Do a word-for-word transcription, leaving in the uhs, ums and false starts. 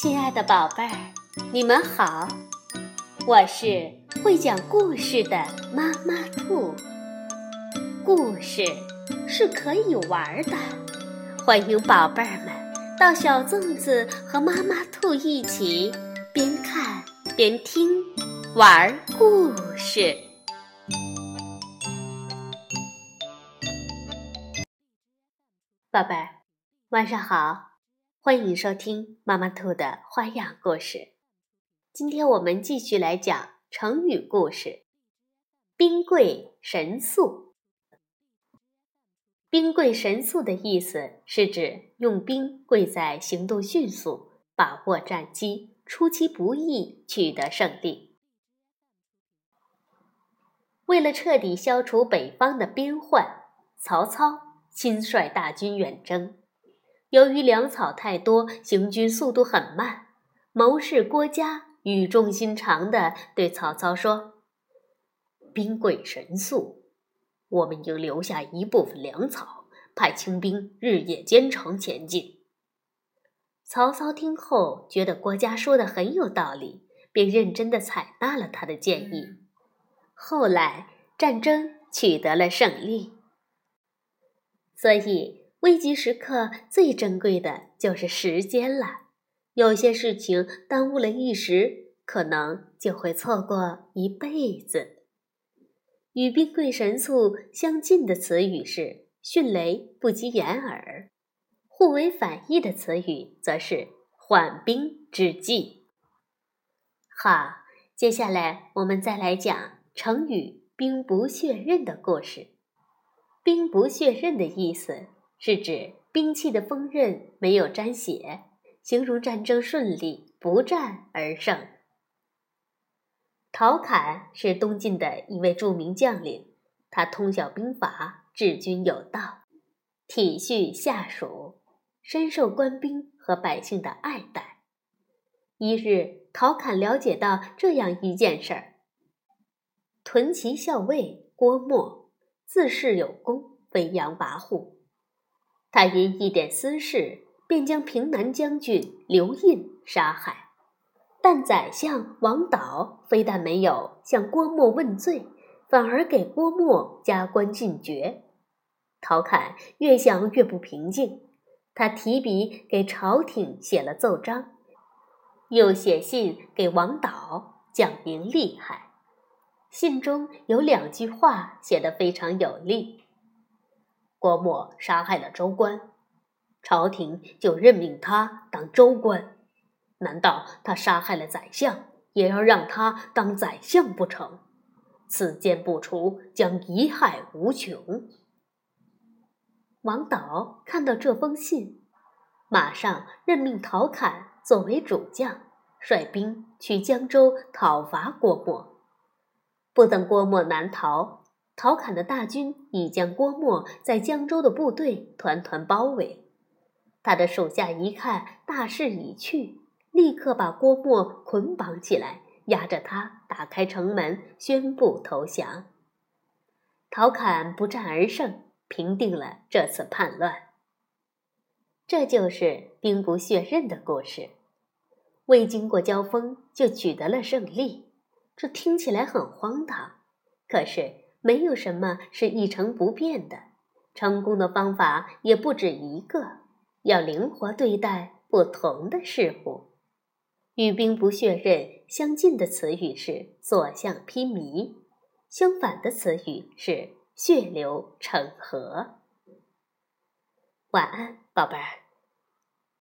亲爱的宝贝儿，你们好，我是会讲故事的妈妈兔。故事是可以玩的，欢迎宝贝儿们到小粽子和妈妈兔一起边看边听玩故事。宝贝儿，晚上好。欢迎收听妈妈兔的花样故事。今天我们继续来讲成语故事兵贵神速。兵贵神速的意思是指用兵贵在行动迅速，把握战机，出其不意，取得胜利。为了彻底消除北方的边患，曹操亲率大军远征。由于粮草太多，行军速度很慢，谋士郭嘉语重心长地对曹操说：兵贵神速，我们应留下一部分粮草，派清兵日夜兼程前进。曹操听后觉得郭嘉说的很有道理，便认真地采纳了他的建议。后来战争取得了胜利。所以危急时刻最珍贵的就是时间了，有些事情耽误了一时，可能就会错过一辈子。与兵贵神速相近的词语是迅雷不及掩耳，互为反义的词语则是缓兵之计。好，接下来我们再来讲成语兵不血刃的故事。兵不血刃的意思是指兵器的锋刃没有沾血，形容战争顺利，不战而胜。陶侃是东晋的一位著名将领，他通晓兵法，治军有道，体恤下属，深受官兵和百姓的爱戴。一日，陶侃了解到这样一件事儿：屯骑校尉郭沫自恃有功，飞扬跋扈。他因一点私事，便将平南将军刘胤杀害。但宰相王导非但没有向郭沫问罪，反而给郭沫加官进爵。陶侃越想越不平静，他提笔给朝廷写了奏章，又写信给王导讲明利害。信中有两句话写得非常有力：郭沫杀害了州官，朝廷就任命他当州官，难道他杀害了宰相，也要让他当宰相不成？此奸不除，将贻害无穷。王导看到这封信，马上任命陶侃作为主将，率兵去江州讨伐郭沫。不等郭沫南逃，陶侃的大军已将郭沫在江州的部队团团包围。他的属下一看大势已去，立刻把郭沫捆绑起来，押着他打开城门，宣布投降。陶侃不战而胜，平定了这次叛乱。这就是兵不血刃的故事，未经过交锋就取得了胜利。这听起来很荒唐，可是没有什么是一成不变的，成功的方法也不止一个，要灵活对待不同的事物。与兵不血刃相近的词语是所向披靡，相反的词语是血流成河。晚安，宝贝儿。